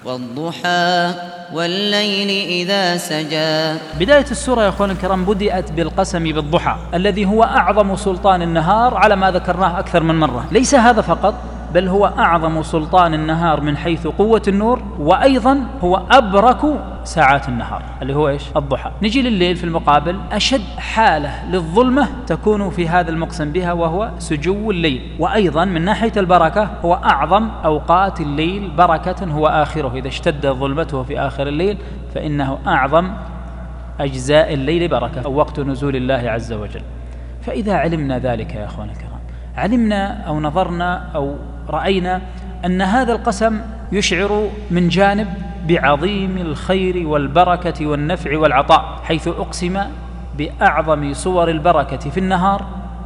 والضحى والليل إذا سجى. بداية السورة يا أخوان الكرام بدأت بالقسم بالضحى الذي هو أعظم سلطان النهار على ما ذكرناه أكثر من مرة. ليس هذا فقط، بل هو أعظم سلطان النهار من حيث قوة النور، وأيضا هو أبرك ساعات النهار اللي هو إيش؟ الضحى. نجي لليل في المقابل، أشد حالة للظلمة تكون في هذا المقسم بها وهو سجو الليل، وأيضا من ناحية البركة هو أعظم أوقات الليل بركة، هو آخره إذا اشتد ظلمته في آخر الليل فإنه أعظم أجزاء الليل بركة أو وقت نزول الله عز وجل. فإذا علمنا ذلك يا أخوان الكرام، علمنا أو نظرنا أو رأينا أن هذا القسم يشعر من جانب بعظيم الخير والبركة والنفع والعطاء، حيث أقسم بأعظم صور البركة في النهار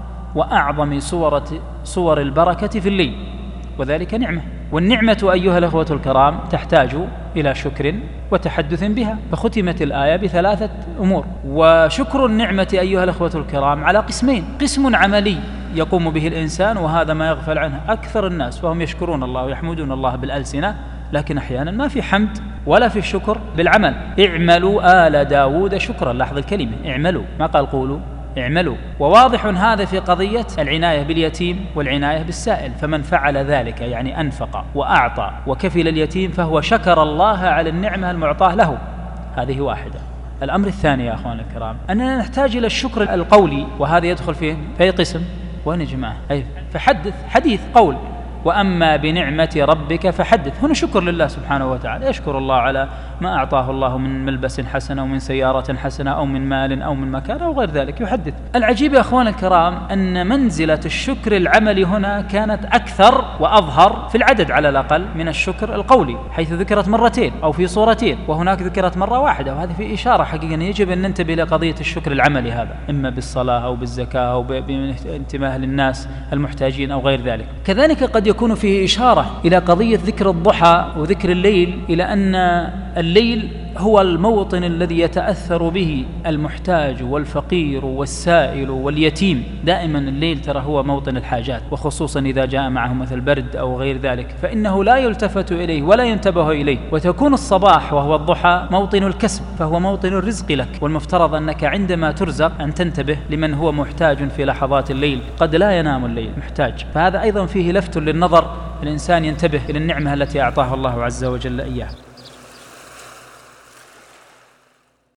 وأعظم صور البركة في الليل، وذلك نعمة. والنعمة أيها الأخوة الكرام تحتاج إلى شكر وتحدث بها، فختمت الآية بثلاثة أمور. وشكر النعمة أيها الأخوة الكرام على قسمين: قسم عملي يقوم به الإنسان، وهذا ما يغفل عنه أكثر الناس، وهم يشكرون الله ويحمدون الله بالألسنة، لكن أحيانا ما في حمد ولا في الشكر بالعمل. اعملوا آل داود شكرا، لاحظ الكلمة اعملوا، ما قال قولوا، اعملوا. وواضح هذا في قضية العناية باليتيم والعناية بالسائل، فمن فعل ذلك يعني أنفق وأعطى وكفل اليتيم فهو شكر الله على النعمة المعطاة له. هذه واحدة. الأمر الثاني يا أخوان الكرام أننا نحتاج إلى الشكر القولي، وهذا يدخل فيه في أي قسم؟ وين يا جماعة؟ فحدث، حديث قول. وأما بنعمة ربك فحدث، هنا شكر لله سبحانه وتعالى، يشكر الله على ما أعطاه الله من ملبس حسن أو من سيارة حسنة أو من مال أو من مكان أو غير ذلك، يحدث. العجيب يا أخوان الكرام أن منزلة الشكر العملي هنا كانت أكثر وأظهر في العدد على الأقل من الشكر القولي، حيث ذكرت مرتين أو في صورتين، وهناك ذكرت مرة واحدة. وهذه في إشارة حقيقة يجب أن ننتبه إلى قضية الشكر العملي هذا، إما بالصلاة أو بالزكاة أو بانتباه للناس المحتاجين أو غير ذلك. كذلك قد يكون فيه إشارة إلى قضية ذكر الضحى وذكر الليل، إلى أن الليل هو الموطن الذي يتأثر به المحتاج والفقير والسائل واليتيم. دائما الليل ترى هو موطن الحاجات، وخصوصا إذا جاء معه مثل برد أو غير ذلك فإنه لا يلتفت إليه ولا ينتبه إليه. وتكون الصباح وهو الضحى موطن الكسب، فهو موطن الرزق لك، والمفترض أنك عندما ترزق أن تنتبه لمن هو محتاج في لحظات الليل، قد لا ينام الليل محتاج. فهذا أيضا فيه لفت للنظر، الإنسان ينتبه إلى النعمة التي أعطاها الله عز وجل إياه.